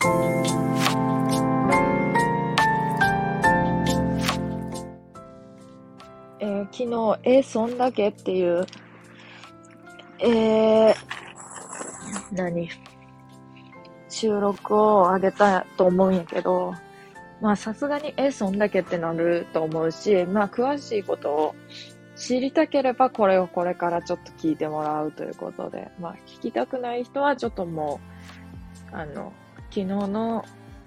昨日、そんだけっていう、えー、何収録を上げたと思うんやけど、まあさすがに、そんだけってなると思うし、まあ詳しいことを知りたければこれをこれからちょっと聞いてもらうということで、まあ聞きたくない人はちょっともう、昨日の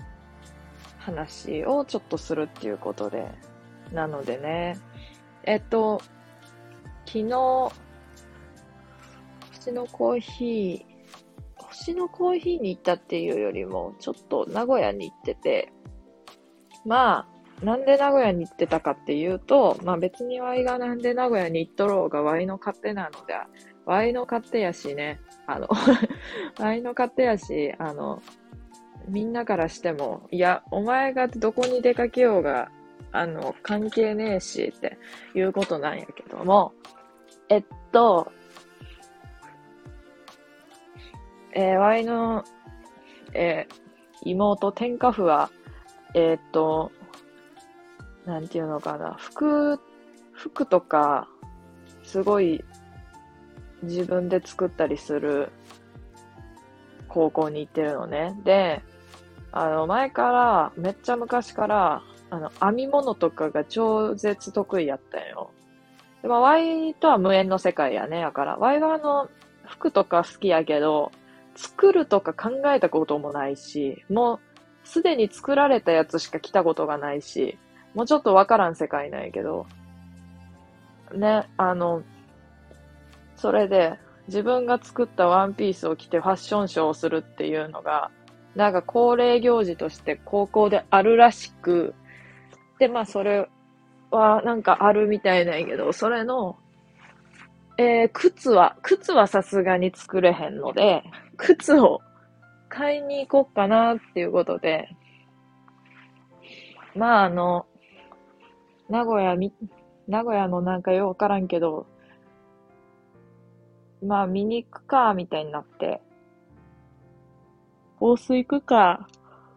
話をちょっとするっていうことで、なのでね、昨日、星のコーヒーに行ったっていうよりも、ちょっと名古屋に行ってて、まあ、なんで名古屋に行ってたかっていうと、まあ別にワイがなんで名古屋に行っとろうがワイの勝手なので、ワイの勝手やしね、ワイの勝手やし、みんなからしても、いや、お前がどこに出かけようが、関係ねえし、っていうことなんやけども、えっと、ワイの、妹、天下布は、えーっと、なんていうのかな、服とか、すごい自分で作ったりする高校に行ってるのね。で、前から、めっちゃ昔から、編み物とかが超絶得意やったんよ。で、まあ、ワイとは無縁の世界やね。だから、ワイは服とか好きやけど、作るとか考えたこともないし、もう、すでに作られたやつしか着たことがないし、もうちょっとわからん世界なんやけど、ね、それで、自分が作ったワンピースを着てファッションショーをするっていうのが、なんか恒例行事として高校であるらしく、で、まあそれはなんかあるみたいなんやけど、それの、靴はさすがに作れへんので、靴を買いに行こうかなっていうことで、まあ名古屋み、名古屋のなんかよくわからんけど、まあ見に行くか、みたいになって、大須行くか、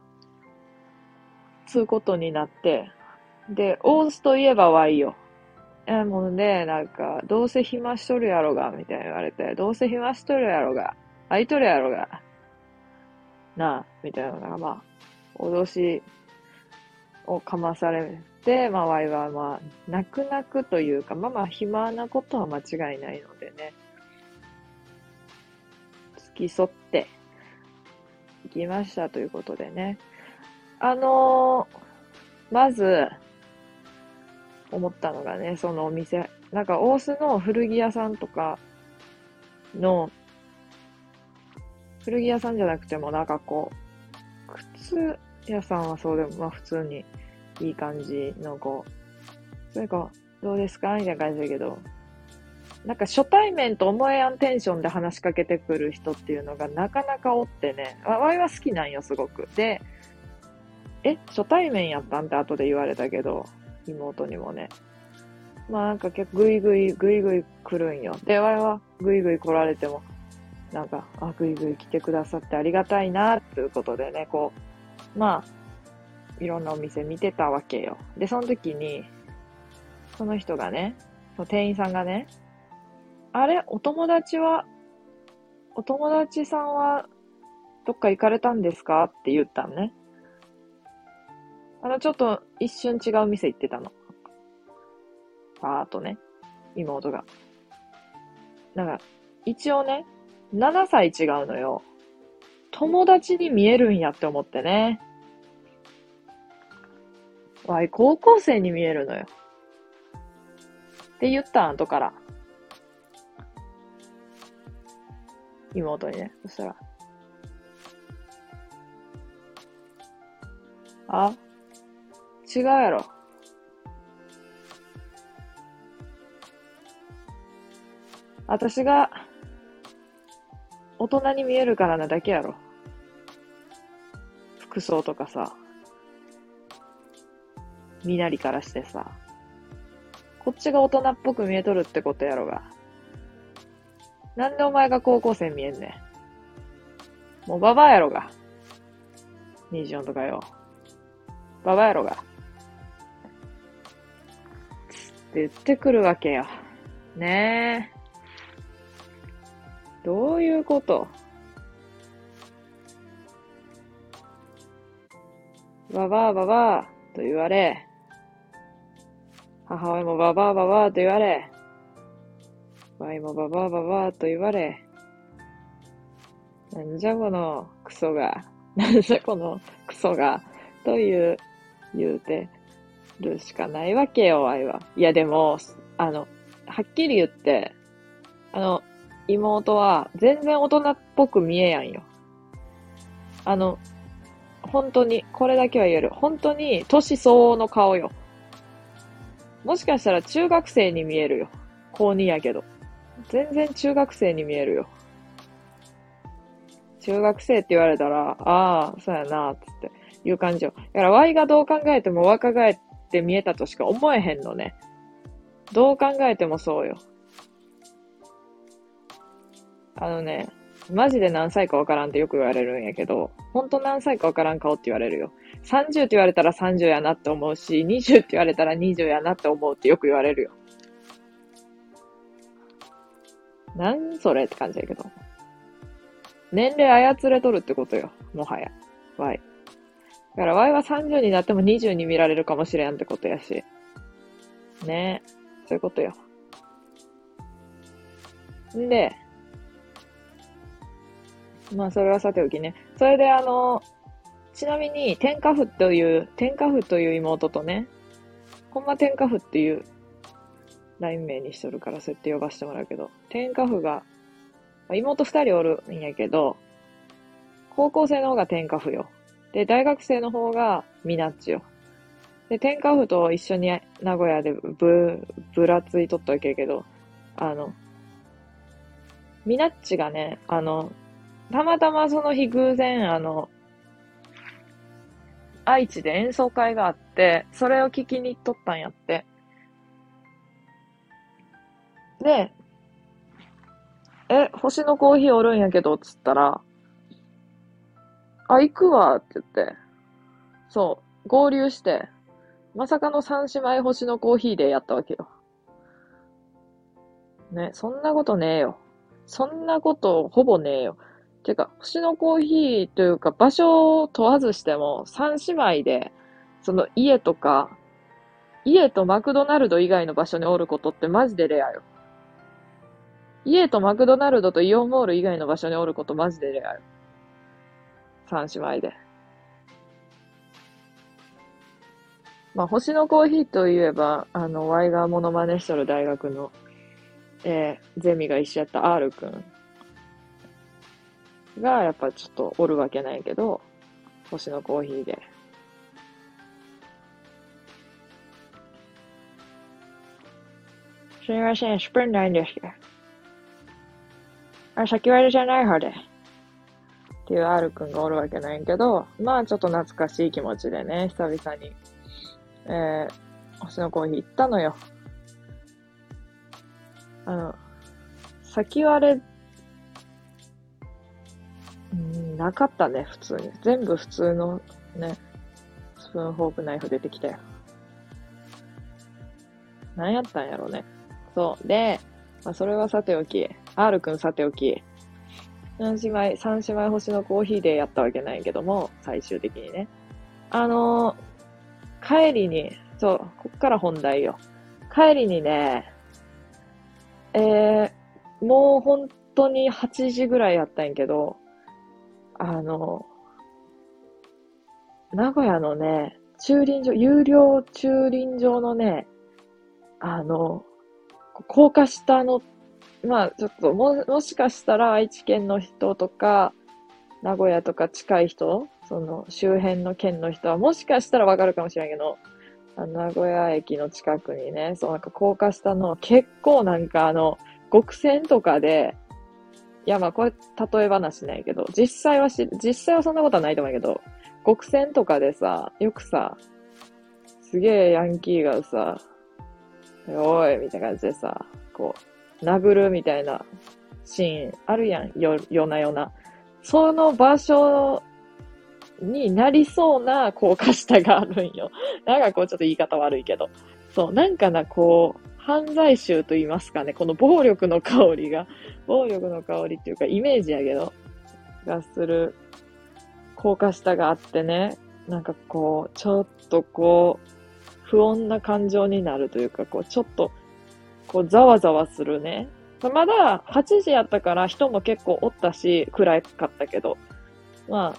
つうことになって、で、大須といえばワイよ。もうね、なんか、どうせ暇しとるやろが、みたいに言われて、どうせ暇しとるやろが、空いとるやろが、なあ、みたいなのが、まあ、脅しをかまされて、まあ、ワイはまあ、泣く泣くというか、まあまあ、暇なことは間違いないのでね、付き添って行きましたということでね。まず、思ったのがね、そのお店、なんか大須の古着屋さんとかの、古着屋さんじゃなくてもなんかこう、靴屋さんはそうでも、まあ普通にいい感じのこう、それか、どうですかみたいな感じだけど、なんか初対面と思えやんテンションで話しかけてくる人っていうのがなかなかおってね、わいは好きなんよ、すごく。で、初対面やったんって後で言われたけど、妹にもね。まあなんか結構ぐいぐい来るんよ。で、わいはぐいぐい来られても、なんか、ぐいぐい来てくださってありがたいな、ということでね、こう、まあ、いろんなお店見てたわけよ。で、その時に、その人がね、その店員さんがね、あれ、お友達さんはどっか行かれたんですかって言ったのね。ちょっと一瞬違う店行ってたの。パーっとね、妹が。なんか、一応ね、7歳違うのよ。友達に見えるんやって思ってね。わい、高校生に見えるのよ。って言った後から。妹にね。そしたら、あ、違うやろ。私が大人に見えるからなだけやろ。服装とかさ、身なりからしてさ。こっちが大人っぽく見えとるってことやろが。なんでお前が高校生見えんねん。もうババアやろが。 24とかよ。ババアやろが。って言ってくるわけよ。ねえ。どういうこと？ババアババアと言われ、母親もババアババアと言われ、ワイもババアババアと言われ、なんじゃこのクソが、なんじゃこのクソが、という言うてるしかないわけよ、ワイは。いやでも、はっきり言って、妹は全然大人っぽく見えやんよ。本当に、これだけは言える。本当に、年相応の顔よ。もしかしたら中学生に見えるよ。高2やけど。全然中学生に見えるよ。中学生って言われたら、ああ、そうやな、つっていう感じよ。だから、Y がどう考えても若返って見えたとしか思えへんのね。どう考えてもそうよ。マジで何歳かわからんってよく言われるんやけど、ほんと何歳かわからん顔って言われるよ。30って言われたら30やなって思うし、20って言われたら20やなって思うってよく言われるよ。なんそれって感じやけど。年齢操れとるってことよ。もはや。Y。だから Y は30になっても20に見られるかもしれんってことやし。ねえ。そういうことよ。んで、まあそれはさておきね。それでちなみに天下布という妹とね、ほんま天下布っていうライン名にしとるからそうやって呼ばせてもらうけど、天下布が、妹二人おるんやけど、高校生の方が天下布よ。で、大学生の方がミナッチよ。で、天下布と一緒に名古屋でぶらついとったわけやけど、ミナッチがね、たまたまその日偶然、愛知で演奏会があって、それを聞きに行っとったんやって。で、星のコーヒーおるんやけど、つったら、あ、行くわ、って言って、そう、合流して、まさかの三姉妹星のコーヒーでやったわけよ。ね、そんなことねえよ。そんなことほぼねえよ。てか、星のコーヒーというか場所を問わずしても、三姉妹で、その家とマクドナルド以外の場所におることってマジでレアよ。家とマクドナルドとイオンモール以外の場所におることマジでレアよ。三姉妹で。まあ、星のコーヒーといえば、ワイがモノマネしとる大学の、ゼミが一緒やった R くんが、やっぱちょっとおるわけないけど、星のコーヒーで。すみません、スプーンないんですけど。先割りじゃない方で。っていう R くんがおるわけないけど、まあちょっと懐かしい気持ちでね、久々に、星のコーヒー行ったのよ。先割れ、なかったね、普通に。全部普通のね、スプーン、フォーク、ナイフ出てきたよ。何やったんやろね。そう。で、まあ、それはさておき、R くんさておき、三姉妹星のコーヒーでやったわけないけども、最終的にね。帰りに、そう、こっから本題よ。帰りにね、もう本当に8時ぐらいやったんやけど、名古屋のね、有料駐輪場のね、高架下の、まあちょっともしかしたら愛知県の人とか、名古屋とか近い人、その周辺の県の人はもしかしたらわかるかもしれないけど、名古屋駅の近くにね、そうなんか高架下の結構なんか極線とかで、いやまあこれ例え話ないけど、実際はそんなことはないと思うけど、極線とかでさ、よくさ、すげえヤンキーがさ、おいみたいな感じでさ、こう、殴るみたいなシーンあるやん、夜な夜な。その場所になりそうな高架下があるんよ。なんかこうちょっと言い方悪いけど。そう、なんかな、こう、犯罪臭と言いますかね、この暴力の香りっていうかイメージやけど、がする高架下があってね、なんかこう、ちょっとこう、不穏な感情になるというか、こう、ちょっと、こう、ざわざわするね。まだ8時やったから人も結構おったし、暗かったけど、ま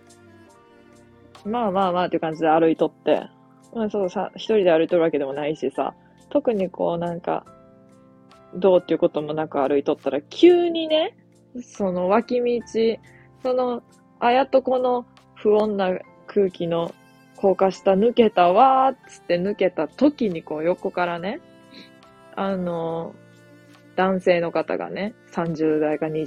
まあっていう感じで歩いとって、まあそうさ、一人で歩いとるわけでもないしさ、特にこうなんか、どうっていうこともなく歩いとったら、急にね、その脇道、その、あやっとこの不穏な空気の高架下抜けたわーっつって抜けた時にこう横からね、あの、男性の方がね、30代か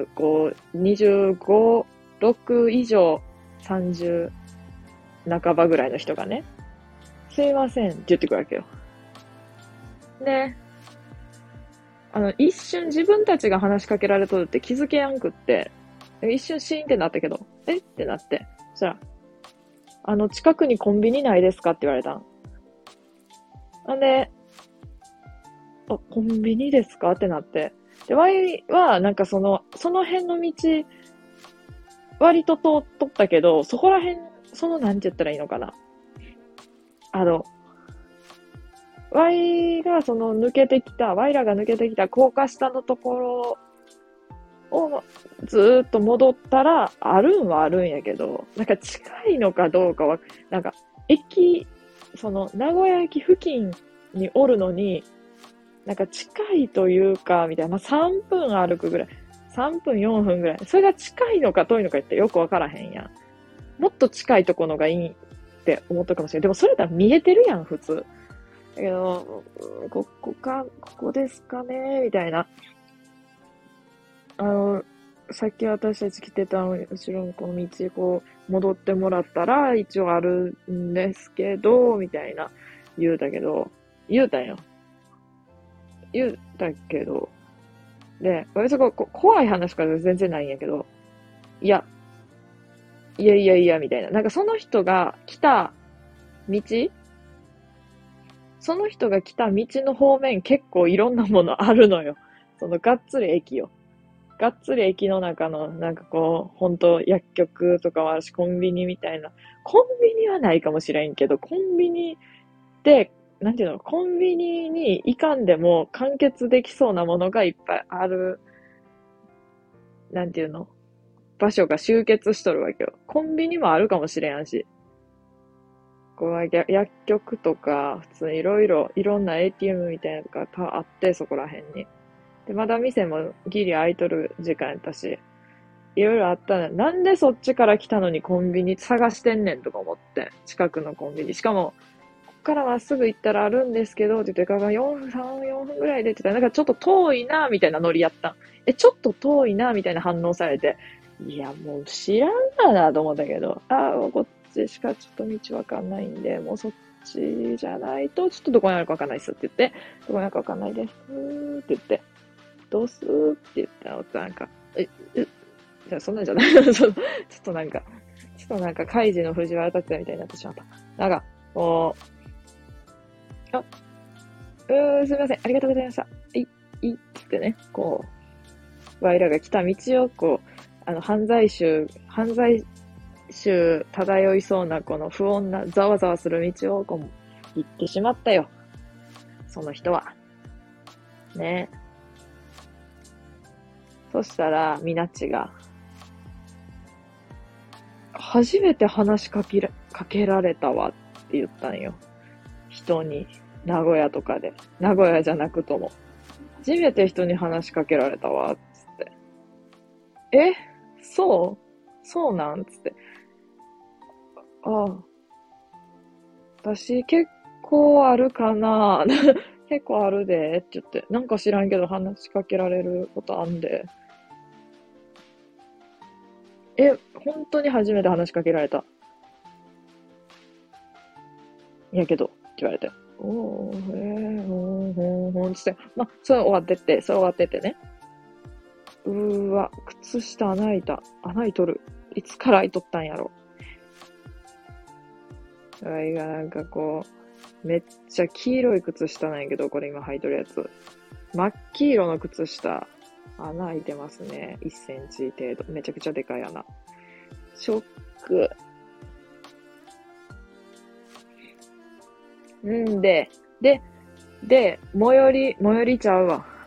25、6以上、30半ばぐらいの人がね、すいませんって言ってくるわけよ。ね。一瞬自分たちが話しかけられとるって気づけやんくって、一瞬シーンってなったけど、えってなって。そしたら、近くにコンビニないですかって言われたん。なんで、コンビニですかってなって。で、ワイは、なんかその辺の道、割と通っとったけど、そこら辺、なんて言ったらいいのかな。あの、ワイらが抜けてきた高架下のところをずーっと戻ったら、あるんはあるんやけど、なんか近いのかどうかは、なんか名古屋駅付近におるのに、なんか近いというか、みたいな、まあ、3分歩くぐらい。3分、4分ぐらい。それが近いのか遠いのかってよくわからへんやん。もっと近いところがいいって思ったかもしれない。でもそれだったら見えてるやん、普通。だけど、ここですかねみたいな。さっき私たち来てた後ろのこの道、こう、戻ってもらったら、一応あるんですけど、みたいな、言うたんよ。言うたけど、で、別に怖い話から全然ないんやけど、いや、いや、みたいな。なんかその人が来た道その人が来た道の方面結構いろんなものあるのよ。がっつり駅よ。がっつり駅の中の、なんかこう、本当薬局とかはあるし、コンビニみたいな。コンビニはないかもしれんけど、コンビニで、なんていうの、コンビニに行かんでも完結できそうなものがいっぱいある、なんていうの、場所が集結しとるわけよ。コンビニもあるかもしれんし。こう薬局とか、普通にいろんな ATM みたいなのとかあって、そこら辺に。で、まだ店もギリ空いとる時間やったし、いろいろあったね。なんでそっちから来たのにコンビニ探してんねんとか思って。近くのコンビニ。しかも、こっからまっすぐ行ったらあるんですけど、って言ってから4分、3、4分ぐらいでって言ったら、なんかちょっと遠いな、みたいなノリやったん。ちょっと遠いな、みたいな反応されて、いや、もう知らんがな、と思ったけど、こっちしかちょっと道わかんないんで、もうそっちじゃないと、ちょっとどこにあるかわかんないっすって言って、どこにあるかわかんないですって言って、どうすって言ったら、なんか、じゃあそんなんじゃないちょっとなんか、カイジの藤原竜也みたいになってしまった。なんか、こう、すみません、ありがとうございました。ってね、こう、ワイらが来た道を、こう、犯罪臭漂いそうな、この不穏な、ざわざわする道を、こう、行ってしまったよ。その人は。ね。そしたら、ミナッチが、初めて話しかけられたわって言ったんよ。人に。名古屋とかで。名古屋じゃなくとも。初めて人に話しかけられたわ、つって。そうなんつって。ああ、私結構あるかな結構あるで、って言って。なんか知らんけど話しかけられることあんで。本当に初めて話しかけられた。いやけど、って言われて。つって。まあ、それ終わっててね。靴下穴開いとる。いつから開いとったんやろ。 あいがなんかこう、めっちゃ黄色い靴下なんやけど、これ今履いとるやつ。真っ黄色の靴下。穴開いてますね。1センチ程度。めちゃくちゃでかい穴。ショック。んで、最寄りちゃうわ。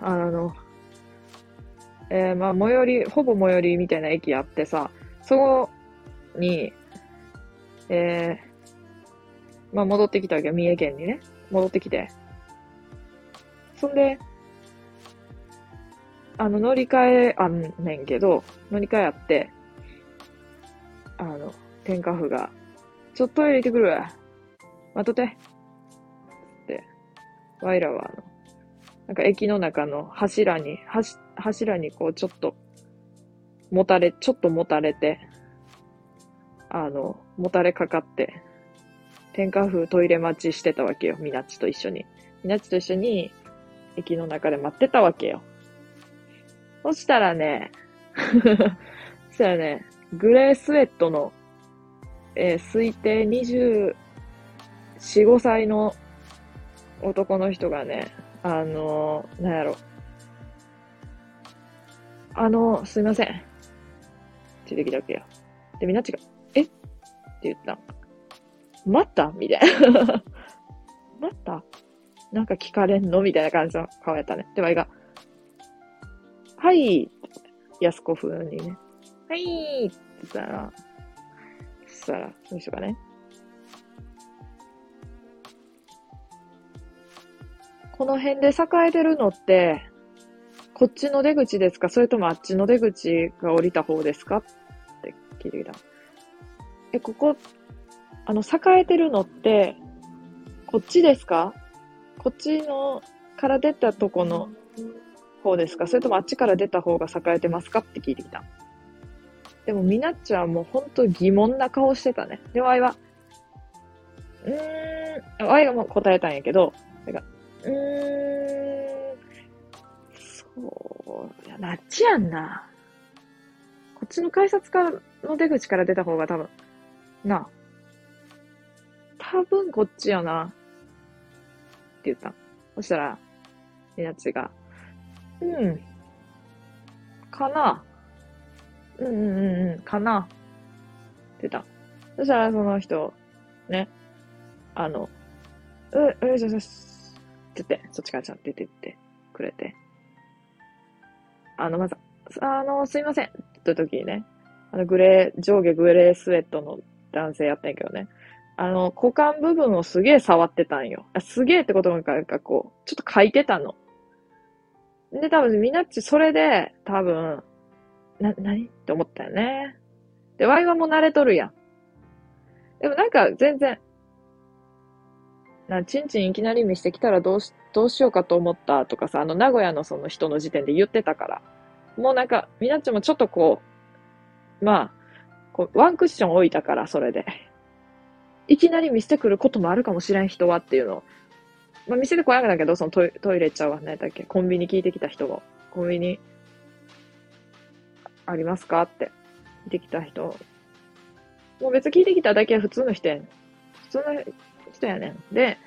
まあ、ほぼ最寄りみたいな駅あってさ、そこに、まあ、戻ってきたわけよ。三重県にね。戻ってきて。そんで、乗り換えあんねんけど、乗り換えあって、天下布が、ちょっとトイレ行ってくるわ。待っとって。って、ワイらはなんか駅の中の柱にこうちょっともたれて、もたれかかって、天下布トイレ待ちしてたわけよ。みなっちと一緒に。駅の中で待ってたわけよ。そしたらね、グレースウェットの、推定24、5歳の男の人がね、なんやろ。すいません。って言ってきたわけよ。で、みなっちが、えって言った。またみたいな。またなんか聞かれんのみたいな感じの顔やったね。で、わいが、はい、安子風にね、はいって言ったら、その人がね、この辺で栄えてるのって、こっちの出口ですかそれともあっちの出口が降りた方ですかって聞いてきた。ここ、栄えてるのって、こっちですかこっちのから出たとこの方ですかそれともあっちから出た方が栄えてますかって聞いてきた。でも、みなっちはもうほんと疑問な顔してたね。で、ワイは、ワイがもう答えたんやけど、そう、いや、なっちやんな。こっちの改札からの出口から出た方が多分、多分こっちやな。って言った。そしたら、みなっちが、かな。かな。って言った。そしたらその人、ね、よしよしよし。って言って、そっちからちゃんと出てってくれて。まず、すいません。って言った時にね、上下グレースウェットの男性やったんやけどね。股間部分をすげえ触ってたんよ。すげえってことなんか、こう、ちょっと書いてたの。で、多分、みなっちそれで、多分、何って思ったよね。で、ワイはもう慣れとるやん。でもなんか全然、チンチンいきなり見してきたらどうしようかと思ったとかさ、名古屋のその人の時点で言ってたから。もうなんか、みなっちもちょっとこう、まあ、ワンクッション置いたから、それで。いきなり見せてくることもあるかもしれん人はっていうのを。まあ、見せてこなかったけど、そのトイレちゃうわ。何だっけコンビニ聞いてきた人が。コンビニありますかって聞いてきた人。もう別に聞いてきただけは普通の人やねん。普通の人やねん。で、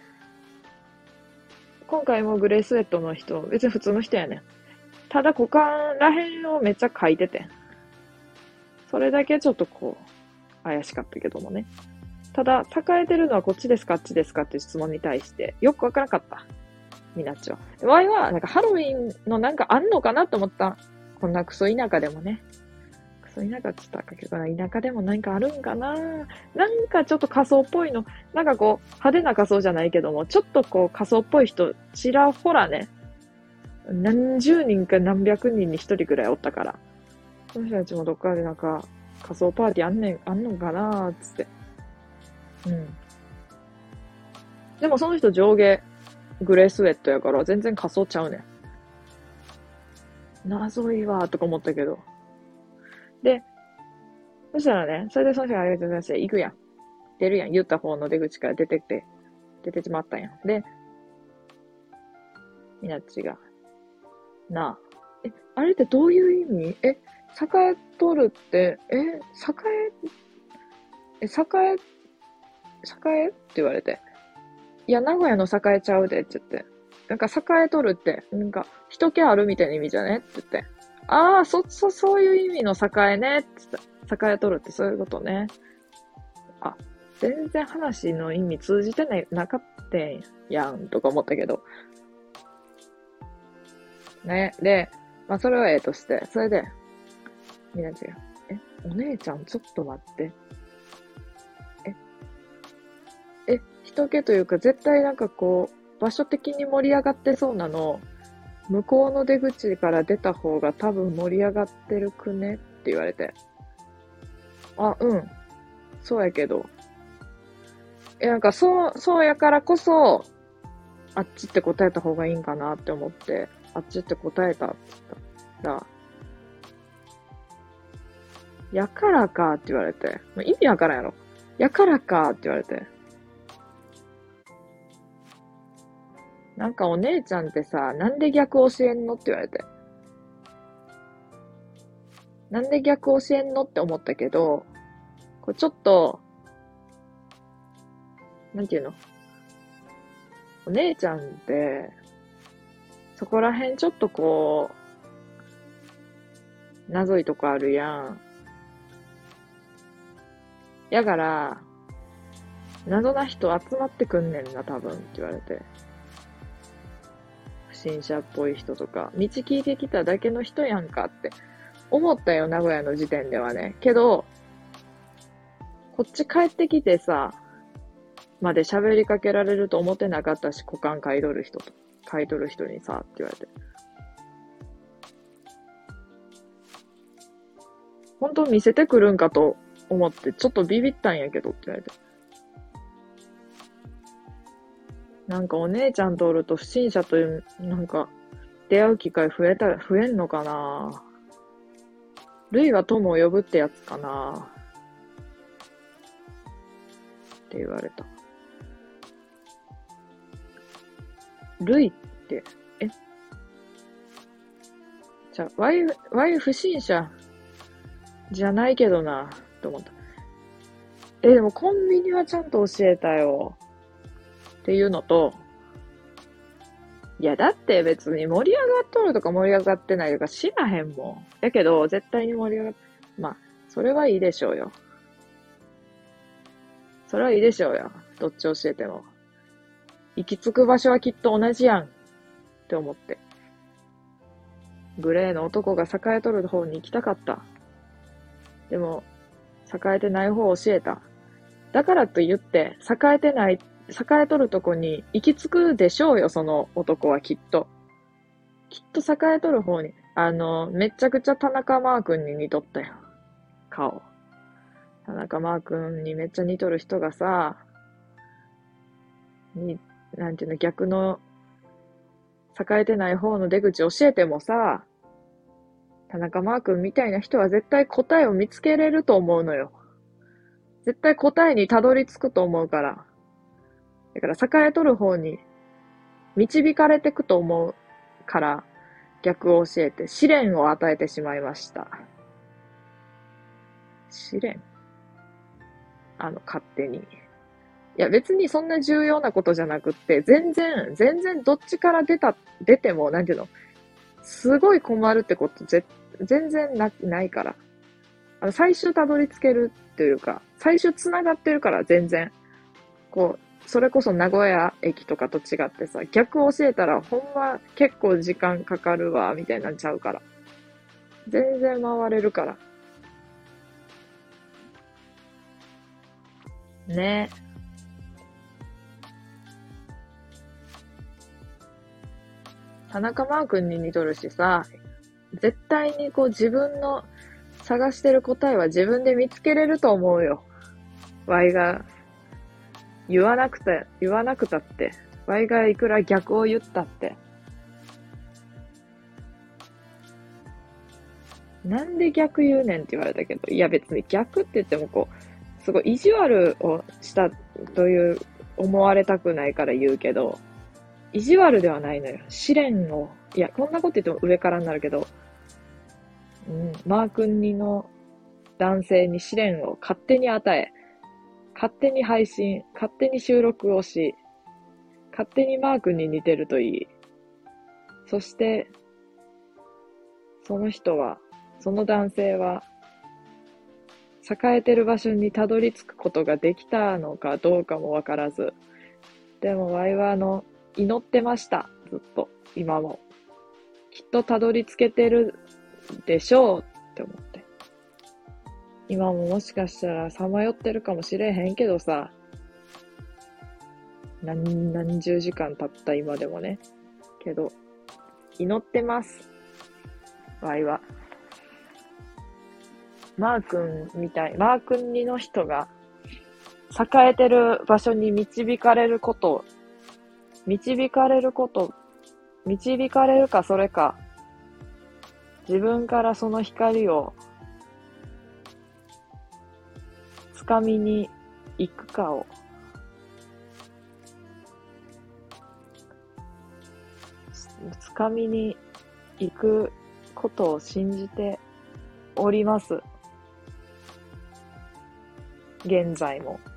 今回もグレースウェットの人、別に普通の人やねん。ただ股間らへんをめっちゃ書いてて。それだけちょっとこう、怪しかったけどもね。ただ、栄えてるのはこっちですかあっちですかっていう質問に対して、よくわからなかった。みなっちは。ワイは、なんかハロウィンのなんかあんのかなと思った。こんなクソ田舎でもね。クソ田舎って言ったらかけどな、田舎でも何かあるんかななんかちょっと仮装っぽいの、なんかこう、派手な仮装じゃないけども、ちょっとこう仮装っぽい人、ちらほらね、何十人か何百人に一人ぐらいおったから。その人たちもどっかでなんか、仮装パーティーあんのかなーつって。うん。でもその人上下グレースウェットやから全然仮装ちゃうねん。謎いわーとか思ったけど。で、そしたらね、それでその人がありがとうございます。行くやん。出るやん。言った方の出口から出てしまったんやん。で、みなっちが、なあ、あれってどういう意味栄えとるって、栄え栄って言われて、いや、名古屋の栄ちゃうでって言って、なんか栄えとるって、なんか人気あるみたいな意味じゃねって言って、ああ、そういう意味の栄ねって言った。栄えとるってそういうことね。あ、全然話の意味通じてなかったんやんとか思ったけど。ね。で、まあそれはええとして、それで、みなちが、お姉ちゃんちょっと待って。人気というか絶対なんかこう、場所的に盛り上がってそうなの、向こうの出口から出た方が多分盛り上がってるくねって言われて。あ、うん。そうやけど。なんかそうやからこそ、あっちって答えた方がいいんかなって思って、あっちって答えたって言ったら、やからかって言われて、まあ、意味わからんやろ。やからかって言われて。なんかお姉ちゃんってさ、なんで逆教えんのって言われて。なんで逆教えんのって思ったけど、これちょっと、なんていうの、お姉ちゃんって、そこら辺ちょっとこう、謎いとこあるやん。やから、謎な人集まってくんねんな、多分って言われて。不審者っぽい人とか、道聞いてきただけの人やんかって思ったよ、名古屋の時点ではね。けど、こっち帰ってきてさ、まで喋りかけられると思ってなかったし、股間買い取る人にさ、って言われて。本当見せてくるんかと思って、ちょっとビビったんやけどって言われて。なんかお姉ちゃんとおると不審者という、なんか、出会う機会増えんのかな。ルイは友を呼ぶってやつかなって言われた。ルイって、えじゃあ、ワイ不審者じゃないけどな、と思った。でもコンビニはちゃんと教えたよ。っていうのと、いや、だって別に盛り上がっとるとか盛り上がってないとか知らへんもん。だけど、絶対に盛り上がっ、まあ、それはいいでしょうよ。それはいいでしょうよ。どっち教えても。行き着く場所はきっと同じやん。って思って。グレーの男が栄えとる方に行きたかった。でも、栄えてない方を教えた。だからと言って、栄えとるとこに行き着くでしょうよ、その男はきっと。きっと栄えとる方に。めちゃくちゃ田中マー君に似とったよ。顔。田中マー君にめっちゃ似とる人がさ、なんていうの、逆の栄えてない方の出口教えてもさ、田中マー君みたいな人は絶対答えを見つけれると思うのよ。絶対答えにたどり着くと思うから。だから栄えとる方に導かれてくと思うから、逆を教えて試練を与えてしまいました。試練勝手に。いや別にそんな重要なことじゃなくって、全然どっちから出ても、なんていうの、すごい困るってこと全然ないから。最終たどり着けるっていうか、最終繋がってるから全然。こう、それこそ名古屋駅とかと違ってさ、逆を教えたらほんま結構時間かかるわ、みたいなんちゃうから。全然回れるから。ね。田中マー君に似とるしさ、絶対にこう自分の探してる答えは自分で見つけれると思うよ。ワイが言わなくたって。ワイがいくら逆を言ったって。なんで逆言うねんって言われたけど、いや別に逆って言ってもこう、すごい意地悪をしたという思われたくないから言うけど、意地悪ではないのよ。試練を、いや、こんなこと言っても上からになるけど、マー君にの男性に試練を勝手に与え、 勝手に配信、勝手に収録をし、勝手にマー君に似てるといい。そして、その男性は、栄えてる場所にたどり着くことができたのかどうかもわからず、でもワイは祈ってました。ずっと、今も。きっとたどり着けてるでしょうって思って。今ももしかしたらさまよってるかもしれへんけどさ、何十時間経った今でもね。けど、祈ってます。ワイは。マー君にの人が、栄えてる場所に導かれるかそれか、自分からその光を掴みに行くかを、掴みに行くことを信じております。現在も。